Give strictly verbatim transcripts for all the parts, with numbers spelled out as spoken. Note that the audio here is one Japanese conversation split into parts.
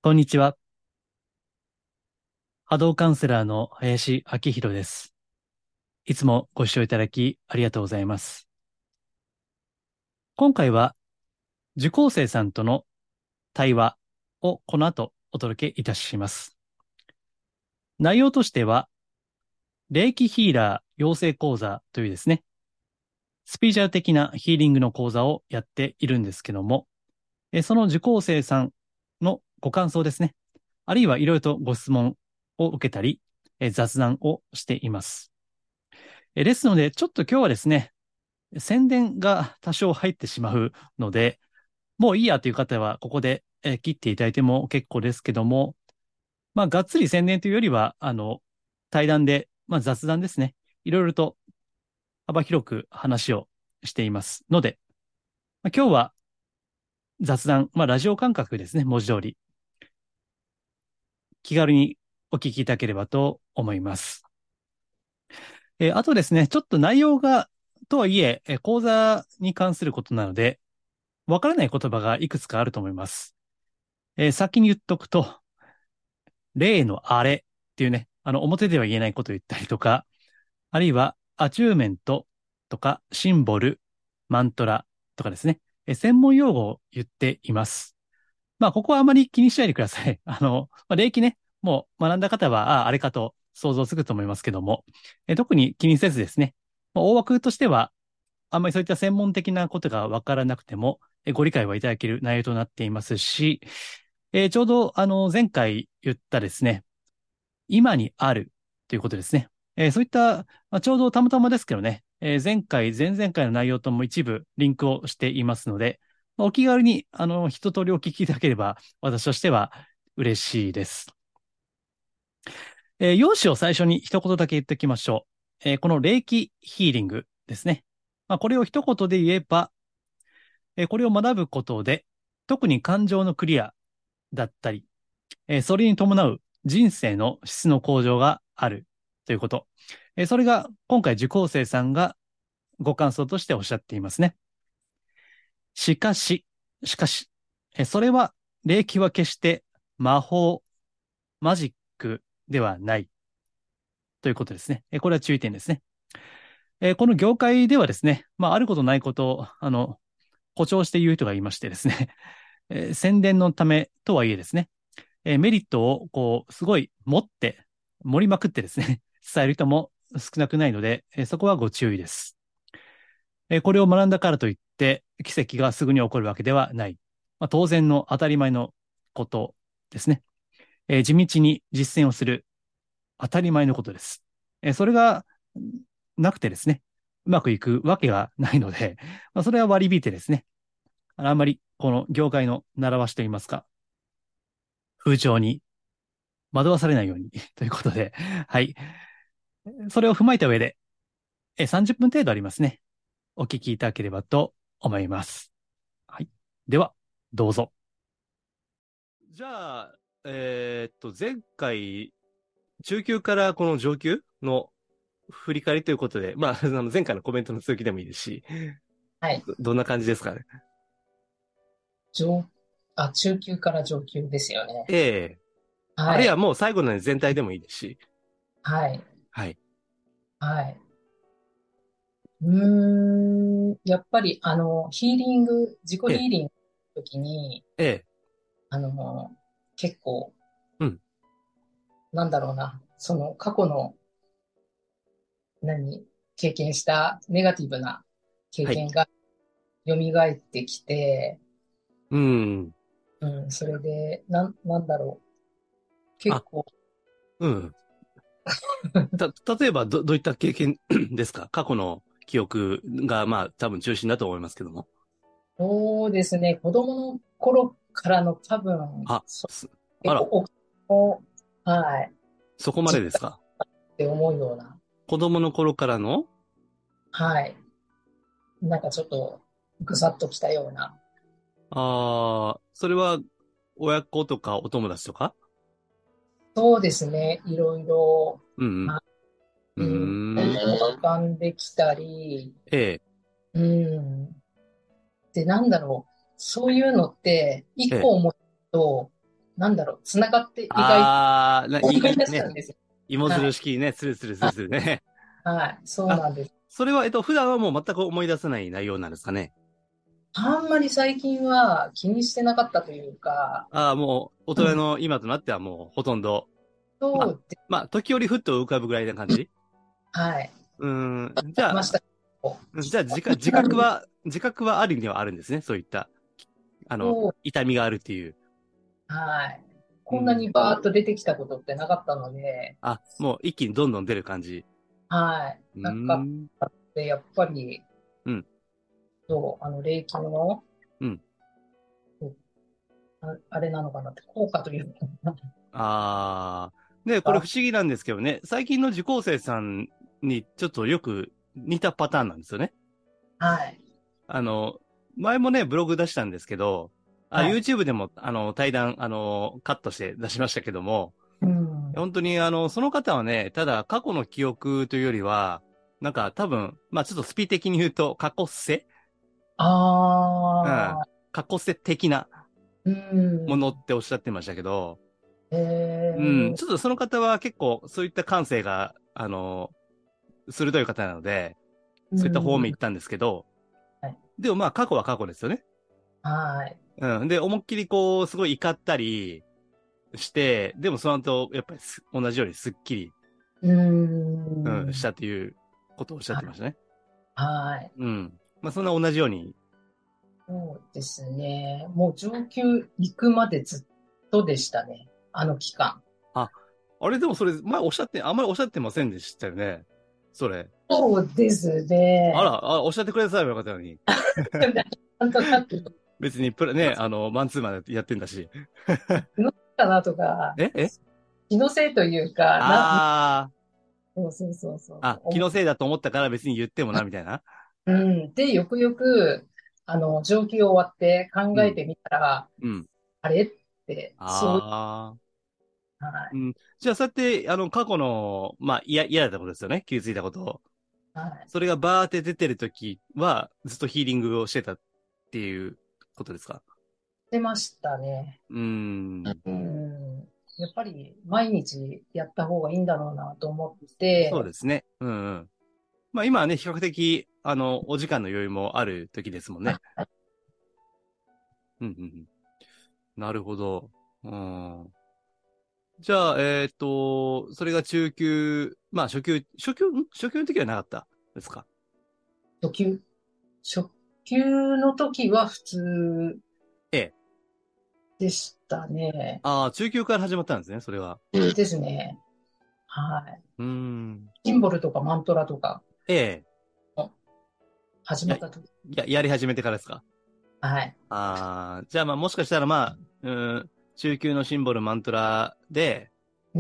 こんにちは。波動カウンセラーの林明宏です。いつもご視聴いただきありがとうございます。今回は受講生さんとの対話をこの後お届けいたします。内容としては、霊気ヒーラー養成講座というですね、スピーチャル的なヒーリングの講座をやっているんですけども、えその受講生さんのご感想ですね、あるいはいろいろとご質問を受けたり、え雑談をしています。えですので、ちょっと今日はですね、宣伝が多少入ってしまうので、もういいやという方はここで、えー切っていただいても結構ですけども、まあ、がっつり宣伝というよりは、あの、対談で、まあ、雑談ですね。いろいろと幅広く話をしていますので、まあ、今日は雑談、まあ、ラジオ感覚ですね、文字通り。気軽にお聞きいただければと思います。えーあとですね、ちょっと内容が、とはいえ、えー講座に関することなので、わからない言葉がいくつかあると思います。えー先に言っとくと、例のあれっていうね、あの、表では言えないことを言ったりとか、あるいは、アチューメントとか、シンボル、マントラとかですね、えー専門用語を言っています。まあ、ここはあまり気にしないでください。あの、まあ、霊気ね、もう学んだ方は、ああ、あれかと想像つくと思いますけども、えー特に気にせずですね、まあ大枠としては、あんまりそういった専門的なことがわからなくても、えご理解はいただける内容となっていますし、えーちょうど、あの、前回言ったですね、今にあるということですね。えーそういった、まあ、ちょうどたまたまですけどね、えー前回、前々回の内容とも一部リンクをしていますので、まあお気軽に、あの、一通りお聞きいただければ、私としては嬉しいです。えー、用紙を最初に一言だけ言っておきましょう。えーこの霊気ヒーリングですね。まあ、これを一言で言えば、えーこれを学ぶことで、特に感情のクリアだったり、えーそれに伴う人生の質の向上があるということ。えーそれが今回受講生さんがご感想としておっしゃっていますね。しかし、しかし、えーそれは、霊気は決して魔法、マジックではないということですね。えーこれは注意点ですね。えーこの業界ではですね、まあ、あることないことを、あの、誇張して言う人がいましてですね、えー宣伝のためとはいえですね、えーメリットをこう、すごい持って、盛りまくってですね、伝える人も少なくないので、えーそこはご注意です。えーこれを学んだからといって、奇跡がすぐに起こるわけではない。まあ、当然の当たり前のことですね。えー地道に実践をする当たり前のことです。えーそれがなくてですね、うまくいくわけがないので、まあ、それは割り引いてですね、あんまりこの業界の習わしといいますか、風潮に惑わされないようにということで、はい。それを踏まえた上で、えさんじゅっぷん程度ありますね。お聞きいただければと思います。はい。では、どうぞ。じゃあ、えーっと、前回、中級からこの上級の振り返りということで、まあ、あの前回のコメントの続きでもいいですし、 はい。 どどんな感じですかね。 上、あ、中級から上級ですよね。 ええ、あるいははい。 もう最後の全体でもいいですし、 はい。 はい。 はい。うーん、やっぱり、あの、ヒーリング、自己ええ、 ヒーリングの時に、 ええ、 あの、結構、 うん、 なんだろうな、その過去の、何、経験したネガティブな経はい。 験が蘇ってきて、 うん。 うん、それで、なん、なんだろう、結あ、 構、 うん。た、例えば、ど、どういった経験ですか？過去の記憶が、まあ、多分中心だと思いますけども。 そうですね、子供の頃からの多分、 あ、 そす、あら、 結構大きな、はい、 そこまで実ですか？ って思うような、 子供の頃からの。 はい。なんかちょっとぐさっときたような。 ああー、それは、親子とかお友達とか。 そうですね。いろいろ、 うんはうい、うん、 ん。うーん。 浮かんできたり、 ええ、 うん。で、なんだろう。そういうのって、一ええ、 個思うと、 なんだろう、繋がって意外とあー、な、い、 思い出したね、 んですよ。 芋づはい。 る式ね、スルスルスルあ、 スルね。 はい。そうあ、 なんです。 それは、えっと、普段はもう全く思い出せない内容なんですかね。 あんまり最近は気にしてなかったというか、 ああ、もう、大うん、 人の今となってはもう、ほとんど、まあ、 そうで、 まあ、時折ふっと浮かぶぐらいな感じ。 はい。 うーん、じゃあ、 ましたけど。 じゃあ、自覚、自覚は、自覚はある意味ではあるんですね。そういった、あの、 そう、 痛みがあるっていう。 はい。こんなうん。 にバーッと出てきたことってなかったので、 あ、もう一気にどんどん出る感じ。 はい。 うーなかっん。 たって、やっぱり、 うん。 そう、あの、霊気の、 うん。 そうあ、あれなのかなって、効果というあー。ね、これ不か、 思議なんですけどね。最近の受講生さんにちょっとよく似たパターンなんですよね。 はい。 あの、前もね、ブログ出したんですけど、あ、 はい。 YouTube でも、あの、対談、あの、カットして出しましたけども、 うん。 本当に、あの、その方はね、ただ過去の記憶というよりは、なんか多分、まあちょっとスピ的に言うと、過去世うん。 ああ、 過去世的なうものん。 っておっしゃってましたけど、 えうん。 ー、 ちょっとその方は結構そういった感性が、あの、鋭い方なので、 うそういった方面ん。 行ったんですけど、 はい。 でもまあ過去は過去ですよね。 はい。 うん。で、思いっきりこう、すごい怒ったりして、でもその後、やっぱりす同じようにスッキリ、 ううん、しん。 たということをおっしゃってましたね。 はい。 うん。まあそんな同じように、 そうですね。もう上級行くまでずっとでしたね。あの期間。 あ、あれでもそれ、前おっしゃって、あんまりおっしゃってませんでしたよね。それ。 そうですね。 あら、あ、おっしゃってくれさえばよかったのに。 なんとなく、 別にプラ、ね、あの、マンツーマンでやってんだし。 気のせいかなとか、 ええ気のせいというか、な、 あそうそうそうそうあ、 そう、 あ、気の思せいだと思ったから別に言ってもな、みたいな。 うん。で、よくよく、あの、上級終わって考うん、 えてみたら、 うん。 あれって、そう、 ああ。 はい、 うん。じゃあ、そうやって、あの、過去の、まあ、嫌、嫌だったことですよね。傷ついたことを。 はい。 それがバーって出てるときは、ずっとヒーリングをしてたっていうことですか？ してましたね。 うーん。 うん。やっぱり、毎日やった方がいいんだろうなと思っそうて、 ですね。うんうん。まあ、今はね、比較的、あの、お時間の余裕もある時ですもんね。 あ、 うんうんうん。なるほど。うん。じゃあ、えっと、それが中級、まあ初級、初級、ん初級の時はなかったですか？ 初級、初級の時は普通ええ。 でしたね。 ああ、中級から始まったんですね、それは。 ですね。はい。 うーん。 シンボルとかマントラとかええ。 始まや、 った時。 や、やり始めてからですか？ はい。 ああ、じゃあまあもしかしたらまあ、うーん、中級のシンボル、マントラで、 うん。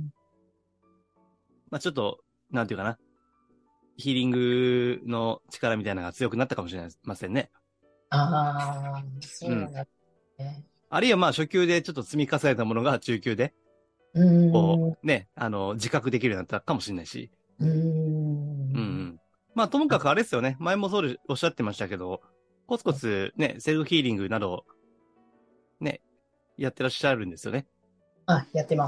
まあちょっと、なんていうかな、ヒーリングの力みたいなのが強くなったかもしれませんね。 ああ、 うん。 そうなんですね。 あるいはまあ初級でちょっと積み重ねたものが中級で、 うん。うこう、ね、あの、自覚できるようになったかもしれないし。 ーうんうん。 ん。まあともかあ、 くあれですよね。前もそうでおっしゃってましたけど、コツコツね、セルフヒーリングなど、ね、やってらっしゃるんですよね。 あ、やってます。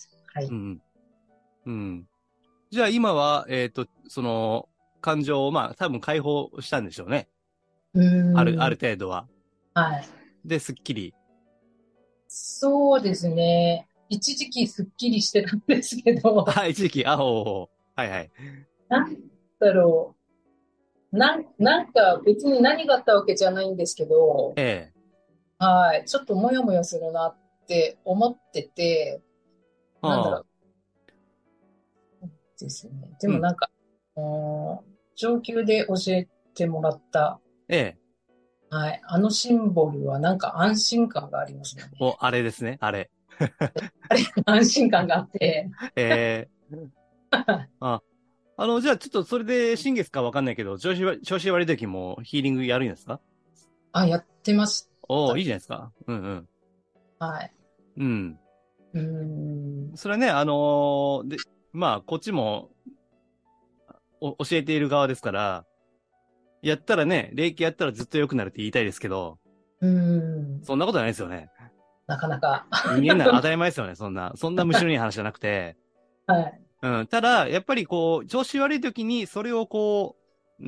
はい。 うんうん。うん。じゃあ今は、えっと、その、感情を、まあ、多分解放したんでしょうね。 うある、あーん。 る程度は。 はい。 で、すっきり。 そうですね。一時期すっきりしてたんですけど、 あ、一時期、あおー、はいはい。 なんだろう。なん、なんか別に何があったわけじゃないんですけど、 ええ。 はい。ちょっともやもやするなって思ってて、なんだろはあ。 うですね。でうん。 もなんか、うーん上級で教えてもらった、 ええ。 はい。あのシンボルはなんか安心感がありますよお、 ね。 あれですね。あれ。 あれ、安心感があって、 ええ。あ、あの、じゃあちょっとそれで新月かわかんないけど、調子わ、調子悪い時もヒーリングやるんですか？ あ、やってましおおー、いた。 いじゃないですか。うんうん。 はい。 うん。 うーん。 それはね、あのーで、まあ、こっちもお教えている側ですから、やったらね、霊気やったらずっと良くなるって言いたいですけど、 うーん。 そんなことないですよね。 なかなか。 人間なら当たり前ですよね、そんな。そんな無白い話じゃなくて。 はい。 うん。ただ、やっぱりこう、調子悪い時に、それをこう、うん、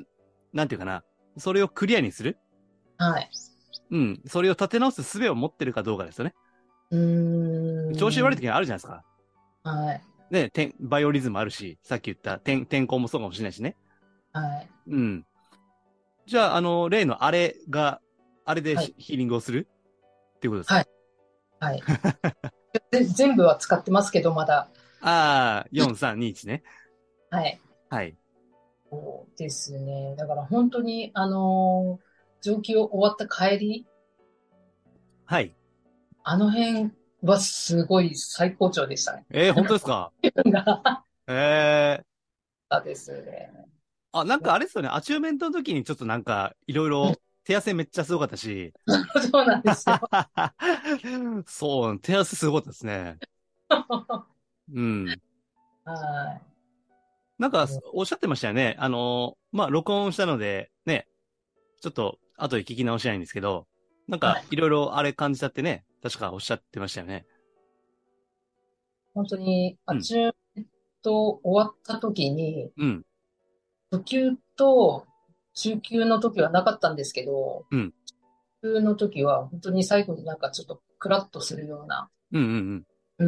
なんていうかな。それをクリアにする。 はい。 うん。それを立て直す術を持ってるかどうかですよね。 う調子ーん。 悪い時にあるじゃないですか。 はい。 ね、てバイオリズムあるし、さっき言った天、天候もそうかもしれないしね。 はい。 うん。じゃあ、あの、例のあれが、あれではい。 ヒヒーリングをするっていうことですか？ はい。はい。で、全部は使ってますけど、まだ。 ああ、よん、さん、に、いちね。 はい。 はい。 そうですね。だから本当に、あのー上級終わった帰り、 はい。 あの辺はすごい最高潮でしたね。 えー、本当ですか？ がえー、 あですね。 あ、なんかあれですよね。アチューメントの時にちょっとなんか、いろいろ、手汗めっちゃすごかったし。 そうなんですよ。 そう、手汗すごかったですね。うん。 はなんか、 い。 おっしゃってましたよね。あの、まあ、録音したので、ね、ちょっと、後で聞き直したいんですけど、なんか、 はい。 いろいろあれ感じたってね、確かおっしゃってましたよね。 本当に、 うん、 あ中と終わった時に、 うん、 初級と中級の時はなかったんですけど、 うん、 中級の時は本当に最後になんかちょっとクラッとするような、 うん、うん、うん。 うん、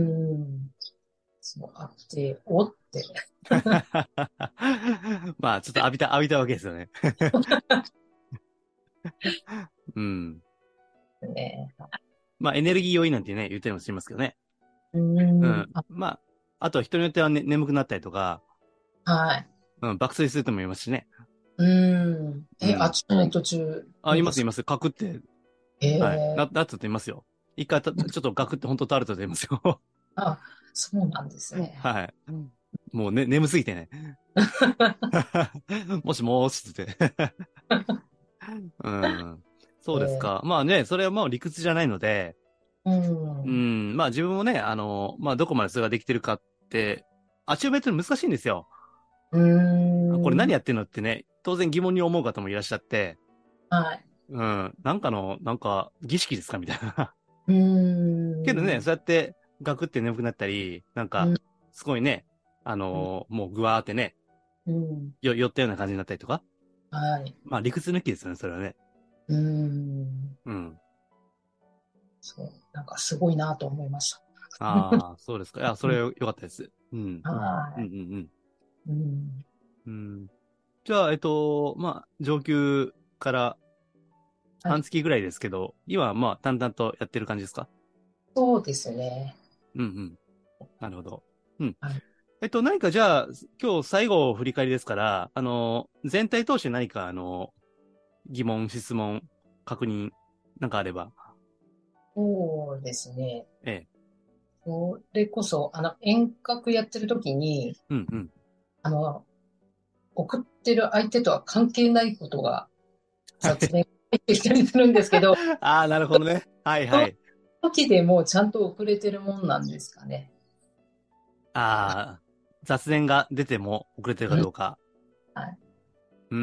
そうあって、おって、 まあ、ちょっと浴びた、浴びたわけですよね。うん。 ね。 まあ、エネルギー要因なんてね、言ったりもしますけどね。 うん、 うん。 あ、 まあ、あとは人によっては、ね、眠くなったりとか、 はい。 うん、爆睡する人もいますしね。 うん。え、あうん。 ちめ途中あ、います、いにですか？ ます。カクって、 えはい。 え、 な、なったといますよ。一回た、ちょっとガクって本当倒れたと言いますよ。 あ、そうなんですね。 はい。もうね、眠すぎてね。もしもーしってて。うん。そうですええ、 か。まあね、それはもう理屈じゃないので、 うん。 うん。まあ自分もね、あの、まあどこまでそれができてるかって、アチューメント難しいんですよ。 うん。 これ何やってんのってね、当然疑問に思う方もいらっしゃって、 はい。 うん。なんかの、なんか儀式ですかみたいな。 うけどね、 ん。 そうやってガクって眠くなったり、なんか、 うん。 すごいね、あのーもうぐわーってね、 うん。 よ、寄ったような感じになったりとか。 はい。 まあ理屈抜きですよね、それはね。 うん。 うん。 そう。なんかすごいなと思いました。 ああ、そうですか。いや、そうん。 れよかったです。うん。うん、 はうん、 い。うん。 うん。うん。じゃあ、えっと、まあ、上級からはい。 半月ぐらいですけど、今はまあ、淡々とやってる感じですか？ そうですね。 うん、うん。なるほど。うん。 はい。 えっと、何かじゃあ、今日最後振り返りですから、あの、全体通して何か、あの、疑問、質問、確認、なんかあれば。 そうですね。 ええ。 それこそ、あの、遠隔やってる時に、 うん、うん。 あの、送ってる相手とは関係ないことがはい。 雑念が入ってきたりするんですけど、 ああ、なるほどね。はい、 そのはい。 時でもちゃんと遅れてるもんなんですかね。 ああ、雑念が出ても遅れてるかうん。 どうか。 はい。 うん。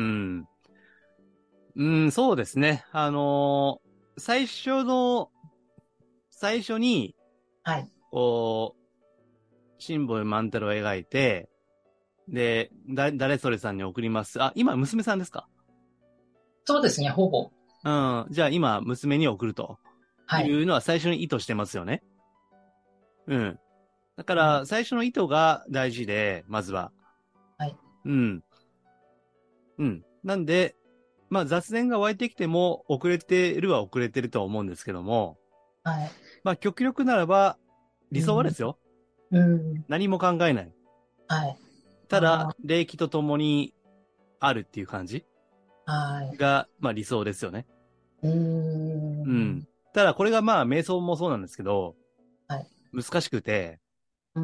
うん、そうですね。あのー最初の、最初に、 はい。 こう、シンボル万太郎を描いて、で、だ、誰それさんに送ります。あ、今、娘さんですか？ そうですね、ほぼ。 うん。じゃあ、今、娘に送るとはい。 いうのは最初に意図してますよね。うん。だかうん。 ら、最初の意図が大事で、まずは。 はい。 うん。うん。なんで、まあ、雑念が湧いてきても、遅れてるは遅れてるとは思うんですけども、 はい。 まあ、極力ならば、理うん。 想はですよ。 うん。 何も考えない。 はい。 ただ、 あ霊気とともにあるっていう感じあ、はい。 が、まあ理想ですよね。 うーうん。 ん。 ただ、これがまあ、瞑想もそうなんですけど、 はい。 難しくて、 うん。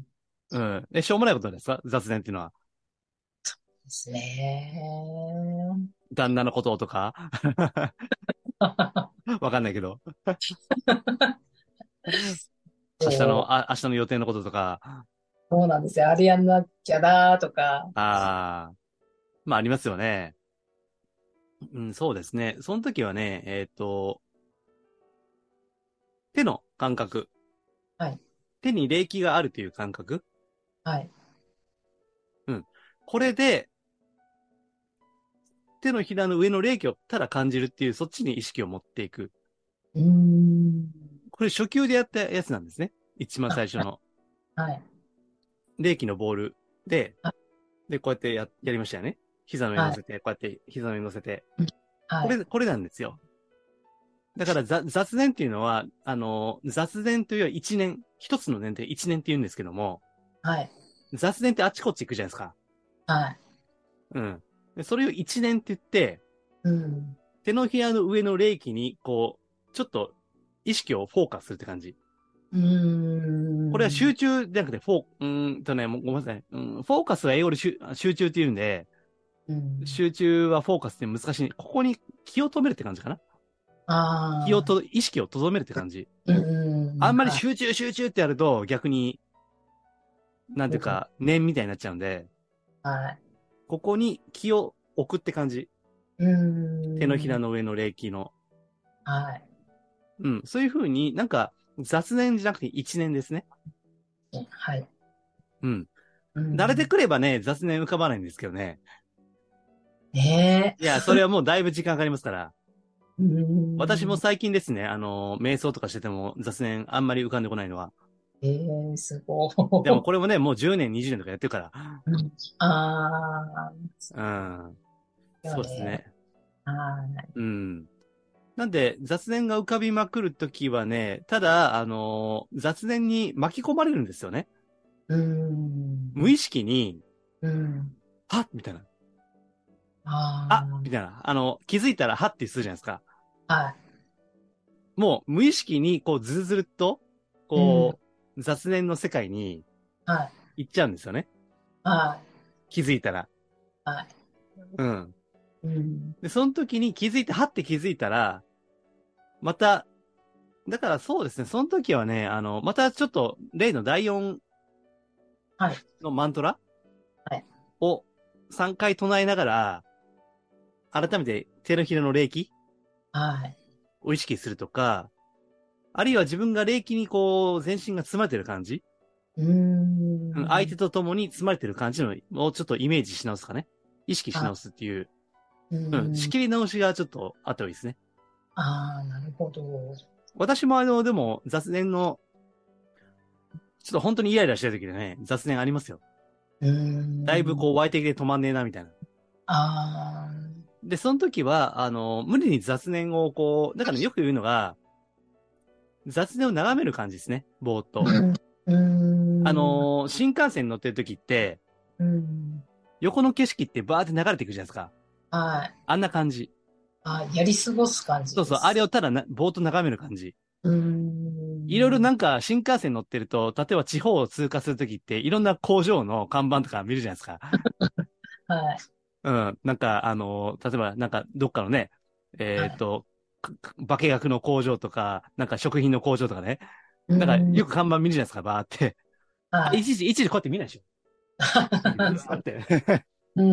うん。で、しょうもないことですか雑念っていうのは。 ですね。 旦那のこととかわかんないけど。明日そう、 の、あ、明日の予定のこととか、 そうなんですよ。あれやんなきゃなとか。 ああ、まあありますよね。うん、そうですね。その時はね、えっと、 手の感覚。 はい。 手に霊気があるという感覚。 はい。 うん。これで、手のひらの上の霊気をただ感じるっていう、そっちに意識を持っていく。 うーん。 これ初級でやったやつなんですね。一番あ、 最初の。 はい。 霊気のボールで、 あ、 で、こうやってや、やりましたよね。膝の上に乗はい。 せて、こうやって膝の上に乗せて。 うん、はい。 これ、これなんですよ。だからざ雑念っていうのは、あの、雑念というより一年、一つの念で一年って言うんですけども、 はい。 雑念ってあっちこっち行くじゃないですか。 はい。 うん。でそれを一年って言って、 うん。 手のひらの上の霊気に、こう、ちょっと意識をフォーカスするって感じ。 うーん。 これは集中じゃなくて、フォー、うーんとね、もうごめんなさい。うん、フォーカスは英語で集集中って言うんで、 うん。 集中はフォーカスって難しい。ここに気を止めるって感じかな。気をああ。 と、意識を留めるって感じ。 うん。 あんまりはい。 集中集中ってやると逆に、なんていうか、念みたいになっちゃうんで、 はい。 ここに気を置くって感じ。 うー手のひらん。 の上の霊気の。 はい。 うん。そういう風になんか雑念じゃなくて一念ですね。 はい。 うん。 う慣れてん。 くればね、雑念浮かばないんですけどね。 ねえ。 いや、それはもうだいぶ時間かかりますから。 うーん。 私も最近ですね、あの、瞑想とかしてても雑念あんまり浮かんでこないのは。 ええ、すごでもい。 これもね、もうじゅうねん、にじゅうねんとかやってるかうん、ああ、そら。うん。 うよね。 そうですね。 はい。 うん。なんで、雑念が浮かびまくるときはね、ただ、あのー雑念に巻き込まれるんですよね。 うーん。 無意識に、 うん。 はっみたいな。ああみたいな。あの、気づいたらはってするじゃないですか。 あ、はい。 もう無意識に、こう、ずるずるっと、 うん。 こう、雑念の世界にはい。 行っちゃうんですよね。 はい。 気づいたら。 はい。 うん。 うん。 で、その時に気づいて、はって気づいたら、また、だからそうですね、その時はね、あの、またちょっと、例のだいよんはい。 のマントラはい。 をさんかい唱えながら、改めて手のひらの霊気はい。 を意識するとか、あるいは自分が霊気にこう、全身が包まれてる感じ、 うーうん相手ん。 と共に包まれてる感じの、もうちょっとイメージし直すかね。意識しあ、 直すっていう、 ううん、 ーん。 仕切り直しがちょっとあった方がいいですね。 ああ、なるほど。 私もあの、でも雑念の、ちょっと本当にイライラしてる時でね、雑念ありますよ。 うーん。 だいぶこう、湧いてきて止まんねえな、みたいな。 あで、その時は、あの、無理に雑念をこう、だからよく言うのが、雑念を眺める感じですね。ぼーっあ、 と。 うん。うあーん。 のー新幹線に乗ってる時って、 うん。 横の景色ってバーって流れていくじゃないですか。 はい。 あんな感じ。 あ、やり過ごす感じそうそう、あれです。 をただな、ぼーっと眺める感じ。 うーいろいろん。 なんか新幹線乗ってると、例えば地方を通過するときって、いろんな工場の看板とか見るじゃないですか。 はい。 うん。なんか、あのー例えばなんかどっかのね、 はい。 えっと、かか化学の工場とか、なんか食品の工場とかね。 うーなんかよくん。 看板見るじゃないですか、バーって。あ、 はい。 いちいち、いちいちこうやって見ないでしょ。ぐわーって。 うん。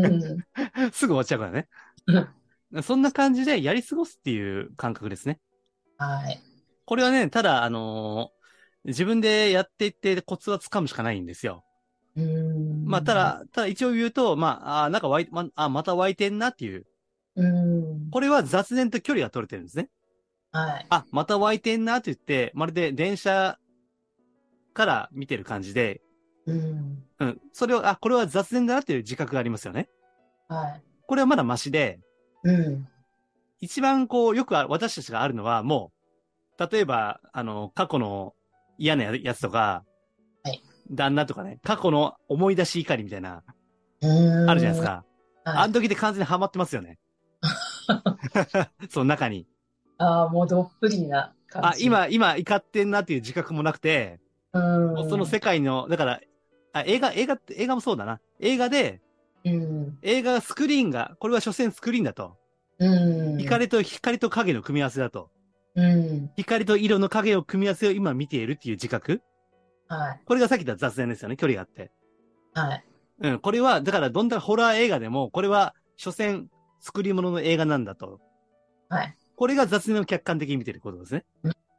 すぐ終わっちゃうからね。そんな感じでやり過ごすっていう感覚ですね。 はい。 これはね、ただ、あのー自分でやっていってコツはつかむしかないんですよ。 うーまあ、たん。 だ、ただ一応言うと、まあ、あーなんか湧い、ま、あ、また湧いてんなっていう。 うーん。 これは雑念と距離が取れてるんですね。 はい。 あ、また湧いてんなって言って、まるで電車から見てる感じで、 うん。 うん。それを、あ、これは雑念だなっていう自覚がありますよね。 はい。 これはまだマシで、 うん。 一番こう、よくあ私たちがあるのは、もう、例えば、あの、過去の嫌なやつとか、 はい。 旦那とかね、過去の思い出し怒りみたいな、 うあるじゃないでーん。 すか。 はい。 あの時で完全にハマってますよね。その中に。 ああ、もうどっぷりな感あ、 じ。 今、今、怒ってんなっていう自覚もなくて、 うーもうそのん。 世界の、だから、あ、映画、映画って、映画もそうだな。映画で、 うん。 映画スクリーンが、これは所詮スクリーンだと。 うん。 光と、光と影の組み合わせだと。 うん。 光と色の影を組み合わせを今見ているっていう自覚。 はい。 これがさっき言った雑念ですよね。距離があって。 はい。 うん。これは、だからどんなホラー映画でも、これは、所詮作り物の映画なんだと。 はい。 これが雑念を客観的に見てることですね。 う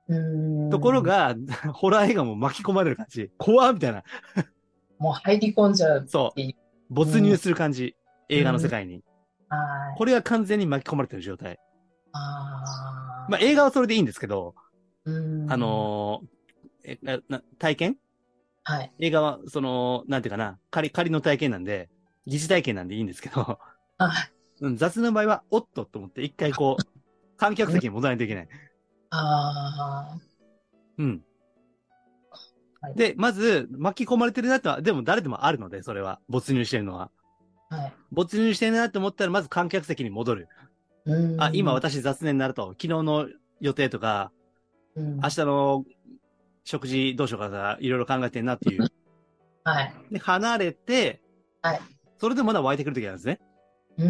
うーん。 ところが、ホラー映画も巻き込まれる感じ。怖っみたいな。 もう入り込んじゃうそっていう。 う。没入する感じ。映画のうん。 世界に。 はい。 これが完全に巻き込まれてる状態。まあ映画ああ。 はそれでいいんですけど、 うあん。 のーえなな体験はい。 映画は、その、なんていうかな、仮、仮の体験なんで、疑似体験なんでいいんですけど、 はい。 うん雑な場合は、おっとと思って一回こう、観客うん。 席に戻らないといけない。 あうん。 あ。はい。 で、まず、巻き込まれてるなとは、でも誰でもあるので、それは。没入してるのは。 はい。 没入してるなと思ったら、まず観客席に戻る。 うあ、今ん。 私雑念になると、昨日の予定とか、明うん。 日の食事どうしようかな、いろいろ考えてんなっていう。 はい。 で、離れて、 はい。 それでもまだ湧いてくる時なんですね。 うん。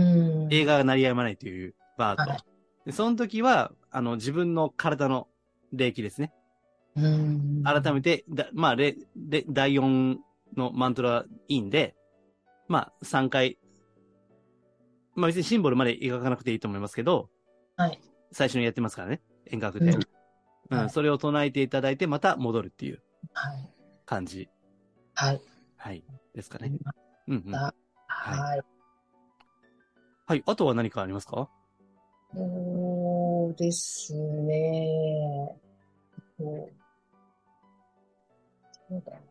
映画が鳴りやまないというバーと。 はい。 で、その時は、あの、自分の体の霊気ですね。 うん。 改めて、だまあ、れ、れ、だいよんのマントラいいんで、まあ、さんかい、まあ別にシンボルまで描かなくていいと思いますけど、 はい。 最初にやってますからね。遠隔で。 うん。 うん、 はい。 それを唱えていただいて、また戻るっていうはい。 感じ。 はい。 はい。ですかね。 ありましうんうん。 た。 はい。 はい。 はい。あとは何かありますか？ そうですね。そうそうだな。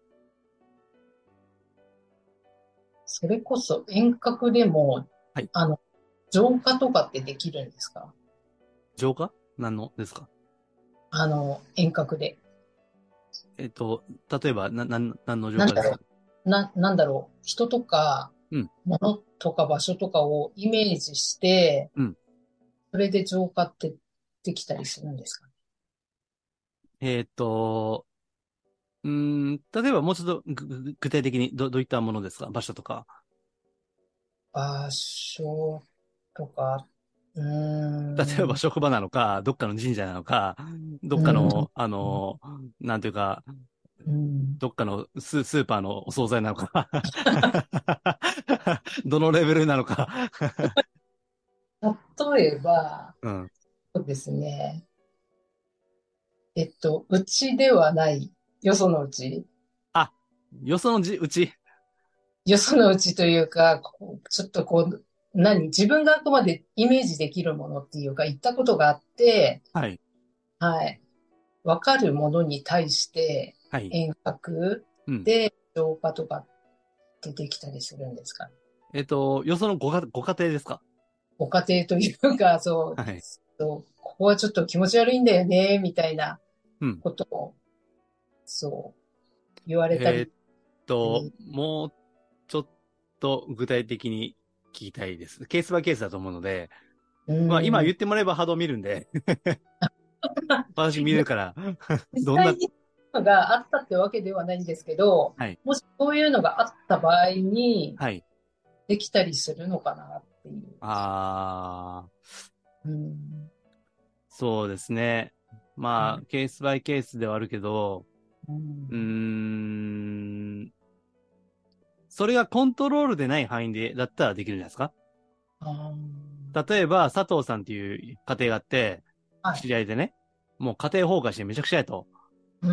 それこそ遠隔でも、 はい。 あの、浄化とかってできるんですか？ 浄化何のですか？ あの、遠隔で。 えっと、例えば、な、なん、何の浄なんだろ化ですか？ う。な、なんだろう。人とか、 うん。 物とか場所とかをイメージして、 うん。 それで浄化ってできたりするんですかね。 えっと、うーん、例えばもうちょっとぐぐ具体的にど、どういったものですか？場所とか。 場所とか、うー例えばん、う職場なのか、どっかの神社なのか、どっかん、 の、あの、なんていうか、 うん。 どっかのス、スーパーのお惣菜なのかどのレベルなのか例えば、 うん。 そうですね。えっと、うちではない、よそのうち。 あ、よそのじ、うち。 よそのうちというか、こうちょっとこう、何自分があくまでイメージできるものっていうか、行ったことがあって、 はい。 はい。わかるものに対してはい。 遠隔うん。 で浄化とかってできたりするんですかね。 えっと、よそのごか、ご家庭ですか？ ご家庭というか、そう、 はい。 そう、ここはちょっと気持ち悪いんだよね、みたいなうん。 ことを、そう、言われたりえーっと、 して、 もうちょっと具体的に聞きたいです。ケースバイケースだと思うので、 うまあ今ん、 言ってもらえば波動見るんで、私見れいや、 るから、どんな、 実際にそういうのがあったってわけではないんですけど、 はい。 もしそういうのがあった場合にはい。 できたりするのかなっていう。 あー、 うん、 そうですね。まあ、 はい。 ケースバイケースではあるけど、 ううーん、 ん、それがコントロールでない範囲で、だったらできるんじゃないですか？ あ例えば、佐藤さんっていう家庭があって、 ー、はい。 知り合いでね、もう家庭崩壊してめちゃくちゃやと。 うん。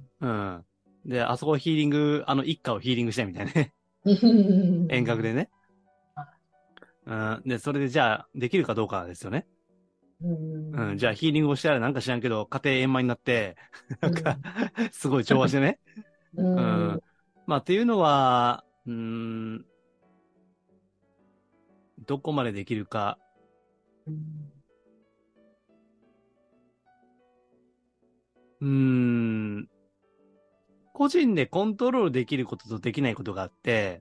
うん。で、あそこヒーリング、あの一家をヒーリングしたいみたいなね。 う遠隔でん。 ね。うん。で、それでじゃあ、できるかどうかですよね。 ううん。じゃあ、 ん。 ヒーリングをしたらなんか知らんけど、家庭円満になって、なんか、 うん。 すごい調和してね。 ううん。 ん。まあ、っていうのは、うーん、どこまでできるか。うーん。個人でコントロールできることとできないことがあって、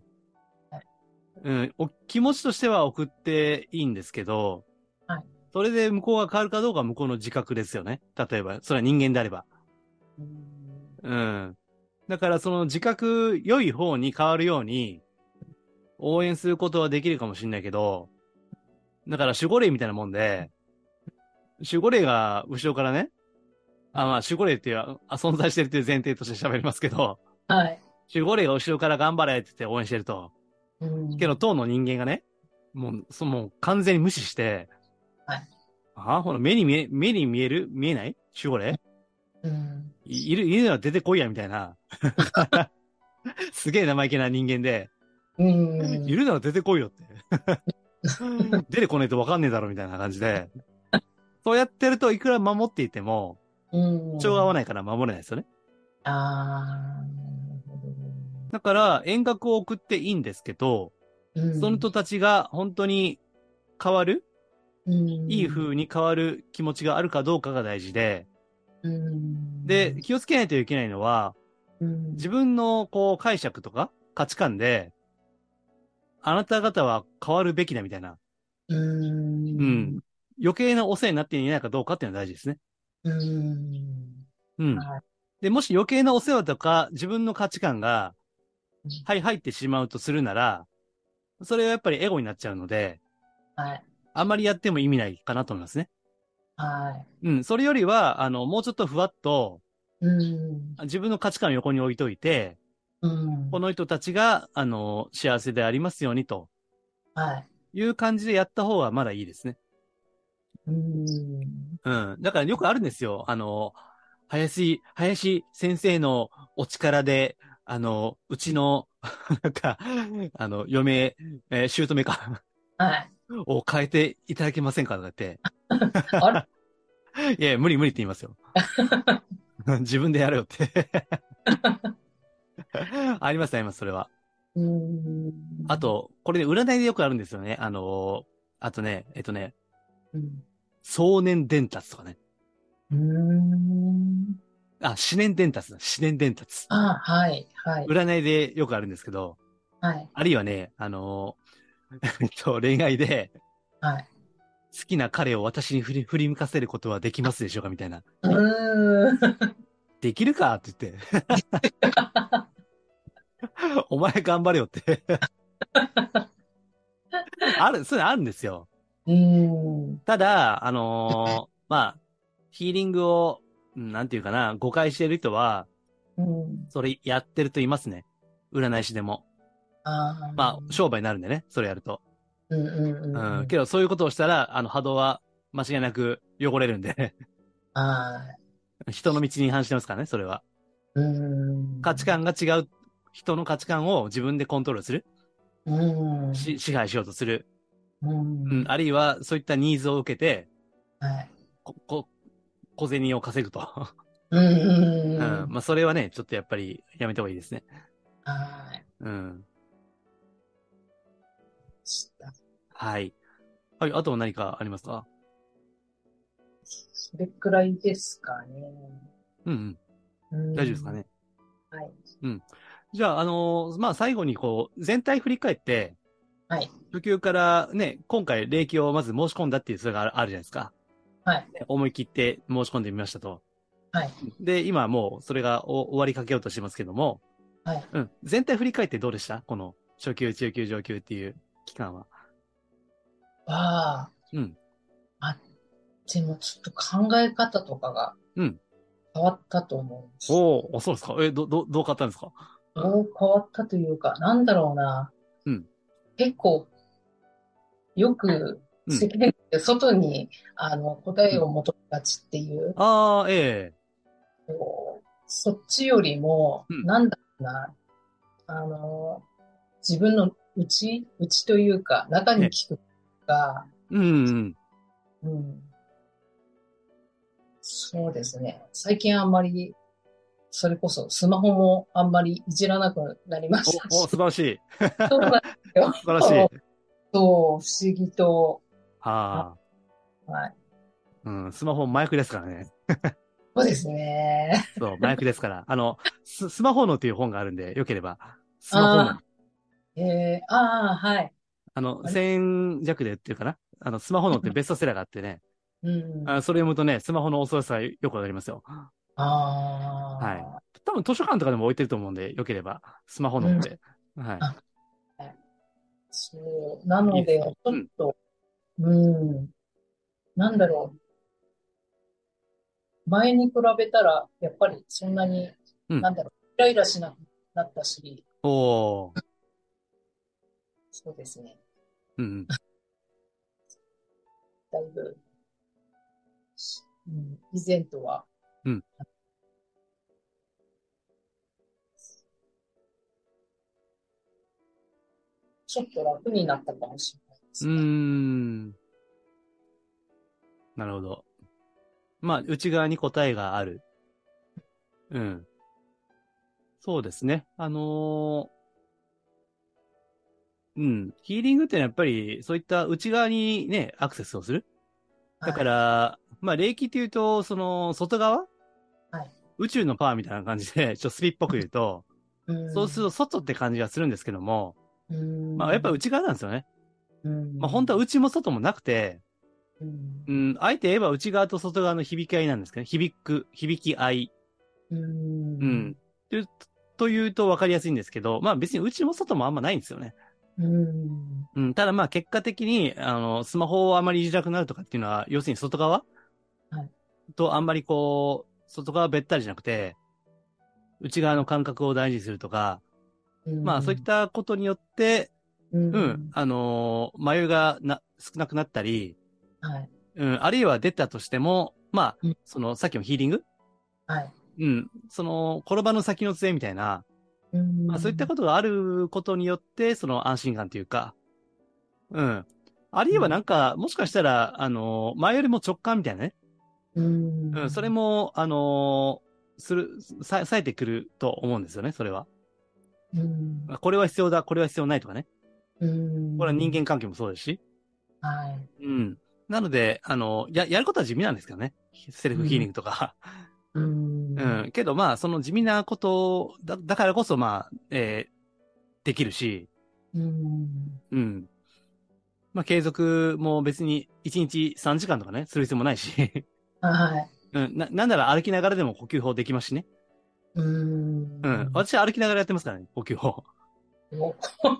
うん、お気持ちとしては送っていいんですけど、 はい。 それで向こうが変わるかどうかは向こうの自覚ですよね。例えば、それは人間であれば。 うん。 うん。だからその自覚良い方に変わるように応援することはできるかもしれないけど、だから守護霊みたいなもんで、守護霊が後ろからね、あ、まあ守護霊っていう、あ存在してるっていう前提として喋りますけど、 はい。 守護霊が後ろから頑張れって言って応援してると。 うん。 けど当の人間がね、もう、その完全に無視して、 はい。 あ、ほら、目に見え、目に見える見えない守護霊うん。 いいる、いるのは出てこいや、みたいな。すげえ生意気な人間で、 うん。 いるなら出てこいよって。出てこないとわかんねえだろ、みたいな感じで。そうやってるといくら守っていても、 うん。 調が合わないから守れないですよね。 ああ、なるほど。 だから遠隔を送っていいんですけど、 うん。 その人たちが本当に変わる、 うん。 いい風に変わる気持ちがあるかどうかが大事で、 うん。 で、気をつけないといけないのは、 うん。 自分のこう解釈とか価値観で、あなた方は変わるべきだみたいな、 うん。 うん。余計なお世話になっていないかどうかっていうのが大事ですね。 うん。 うん。 はい。 で、もし余計なお世話とか自分の価値観が、はい、入ってしまうとするなら、それはやっぱりエゴになっちゃうので、 はい。 あんまりやっても意味ないかなと思いますね。 はい。 うん。それよりは、あの、もうちょっとふわっと、 うん。 自分の価値観を横に置いといて、 うん。 この人たちが、あの、幸せでありますようにとはい。 いう感じでやった方がまだいいですね。 うん。 うん。だからよくあるんですよ。あの、林、林先生のお力で、あの、うちの、なんか、あの、嫁、えー、姑か、 はい。 を変えていただけませんかとか言って。 あれいやいや、無理無理って言いますよ。自分でやれよってあります、あります、それは。 うん。 あと、これね、占いでよくあるんですよね。あの、あとね、えっとね、 うん。 壮年伝達とかね。 うん。 あ、思念伝達だ。思念伝達。 あ、はい。はい。 占いでよくあるんですけど、 はい。 あるいはね、あの、えっと、恋愛で、 はい。 好きな彼を私に振り、振り向かせることはできますでしょうかみたいな。 うーん。 できるかって言って、お前頑張れよってある、そういうのあるんですよ。 うーん。 ただ、あのーまあ、ヒーリングを、うんなんていうかな、誤解している人は、 うん。 それやってると言いますね。占い師でも。 ああ。 まあ、商売になるんでね、それやると。 うんうんうんうん。 うん。 けど、そういうことをしたら、あの、波動は間違いなく汚れるんではい。 人の道に反してますからね、それは。 うー価値ん。 観が違う人の価値観を自分でコントロールする。 うーん。 し、支配しようとする。 うーうん。 ん。 あるいは、そういったニーズを受けて、 はい。 こ、こ、小銭を稼ぐと。 ううん。 ーん。 まあ、それはね、ちょっとやっぱりやめた方がいいですね。 はい。 うん。 した。 はい。はい。あとは何かありますか？ それくらいですかね。 うんうん。 うーん。 大丈夫ですかね。 はい。 うん。じゃあ、あのーまあ、最後にこう、全体振り返って、 はい。 初級からね、今回、霊気をまず申し込んだっていう、それがあるあるじゃないですか。 はい。 ね思い切って申し込んでみましたと。 はい。 で、今もう、それがお終わりかけようとしてますけども、 はい。 うん。全体振り返ってどうでしたこの、初級、中級、上級っていう期間は。 ああ。 うん。 あ、でもちょっと考え方とかがうん。 変わったと思うんです。 おー、そうですか。え、ど、ど、どう買ったんですか？ どう変わったというか、なんだろうな。 うん。 結構よくうん。 世間で外にあの答うん。 えを求めがちっていう、 ああ、ええこうそっちよりも、 うん。 なんだろうな、あの、自分の内、内というか、中にね。 聞くか、 うん、うん。 うん、そうですね。最近あんまり、それこそスマホもあんまりいじらなくなりましたお、お、素し、 晴らしい。 そうなんですよ。 素晴らしい。 そう、不思議と、あ、 はあ。 はい。 うん、スマホ麻薬ですからね。 そうですね。 そう、麻薬ですから。あの、ス、スマホ脳っていう本があるんで、よければ。スマホ脳。 ああ、えー、ああ、はい。 あの、 あれ、 せんえん弱でっていうかな。あの、スマホ脳ってベストセラーがあってね。 うん。 あ、それ読むとね、スマホの恐ろしさよくわかりますよ。はい。 ああ、 多分図書館とかでも置いてると思うんで、よければ、スマホうん。 脳って。はい。 あ、はい。そう。なので、ちいいですよ。うん。 ょっと、うん。なんだろう。前に比べたら、やっぱりそんなに、 うん。 なんだろう。イライラしなくなったし、 おー。 そうですね。 うんうん。 だいぶ、うん、以前とは、 うん。 ちょっと楽になったかもしれないでうーすね。 ん。なるほど。まあ、内側に答えがある。うん。そうですね。あのーうん。ヒーリングってのはやっぱり、そういった内側にね、アクセスをする。だかはい。 ら、まあ、霊気っていうと、その、外側はい。 宇宙のパワーみたいな感じで、ちょっとスピっぽく言うと、 うそうするとん。 外って感じがするんですけども、 うまあ、やっぱん。 内側なんですよね。 うまあ、本当はん。 内も外もなくて、 うん。 うん、あえて言えば内側と外側の響き合いなんですけどね。響く、響き合い。 ううん。 ん。 というというと分かりやすいんですけど、まあ別に内も外もあんまないんですよね。 うん。 うん。ただまあ結果的に、あの、スマホをあまりいじらなくなるとかっていうのは、要するに外側はい。 とあんまりこう、外側べったりじゃなくて、内側の感覚を大事にするとか、 うまあそういっん。 たことによって、 ううん、 ん。 あのー迷いがな、少なくなったり、 はい。 うん、あるいは出たとしても、まあ、 うん。 その、さっきのヒーリングはい。 うん、その、転ばぬ先の杖みたいな、 うまあそういったん。 ことがあることによって、その安心感というか、うん。あるいはなうん。 んか、もしかしたら、あのー前よりも直感みたいなね。 ううん、それん。 も、あのーする、さ、冴えてくると思うんですよね、それは。 うん。 これは必要だ、これは必要ないとかね。 うこれは人ん。 間関係もそうですし。 はい。 うん。なので、あの、や、やることは地味なんですけどね。セルフヒーリンうん。 グとか。 うん。 うん。けど、まあ、その地味なことだ、だからこそ、まあ、えーできるし、 うん。 うん。まあ、継続も別にいちにちさんじかんとかね、する必要もないし。 はい。 うん。な、なんなら歩きながらでも呼吸法できますしね。 ううん。 ん。 私は歩きながらやってますからね、呼吸法。 お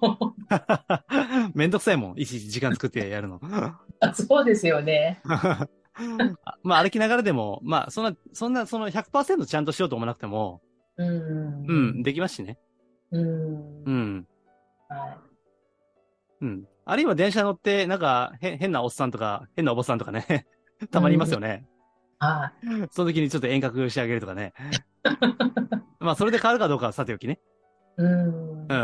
めんどくさいもん。いちいち時間作ってやるの。 あ、そうですよね。 あまあ歩きながらでも、まあそんな、そんな、そのひゃくパーセントちゃんとしようと思わなくても、 ううん、 ん。 できますしね。 うん。 うん、 はうん。あるいは電車乗って、なんか、へ、変なおっさんとか、変なおばさんとかね、 い。 たまにいうん。 ますよね。 はその時にちょっと遠隔してあげるとかね。 い。 まあそれで変わるかどうかはさておきね。 うん。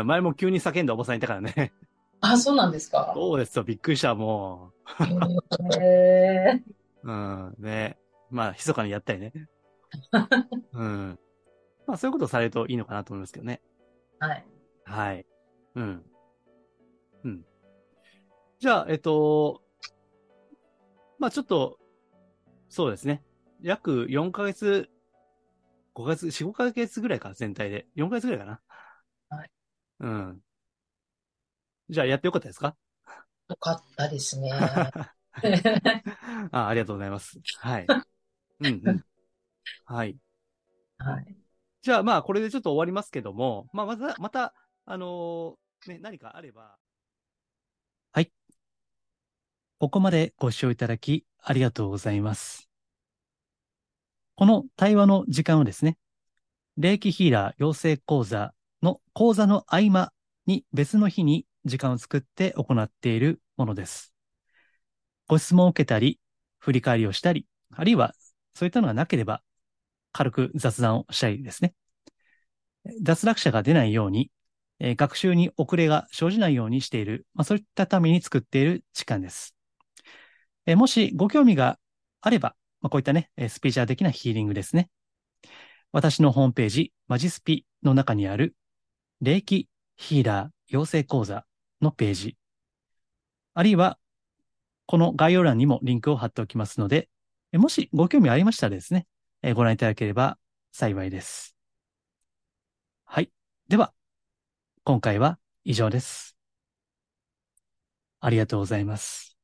うん、前も急に叫んだおばさんいたからね。 あ、そうなんですか。 そうですよ、びっくりした、もへえ。 う。うん、ね。まあ、密かにやったりね。うん。まあそういうことをされるといいのかなと思いますけどね。 はい。 はい。うん。うん。じゃあ、えっと、まあちょっと、そうですね。約よんかげつ、ごかげつ、よん、ごかげつぐらいか、全体で。よんかげつぐらいかな。 はい。 うん。じゃあ、やってよかったですか？ よかったですね。 あ、ありがとうございます。はい。うんうん。はい。 はい。 じゃあ、まあ、これでちょっと終わりますけども、まあ、また、また、あのーね、何かあれば。はい。ここまでご視聴いただき、ありがとうございます。この対話の時間をですね、霊気ヒーラー養成講座の講座の合間に別の日に時間を作って行っているものです。ご質問を受けたり、振り返りをしたり、あるいはそういったのがなければ軽く雑談をしたりですね。脱落者が出ないように、えー学習に遅れが生じないようにしている、まあ、そういったために作っている時間です。えーもしご興味があれば、まあ、こういったね、スピーチャー的なヒーリングですね。私のホームページ、マジスピの中にある霊気ヒーラー養成講座のページ、あるいはこの概要欄にもリンクを貼っておきますので、もしご興味ありましたらですね、ご覧いただければ幸いです。はい。では、今回は以上です。ありがとうございます。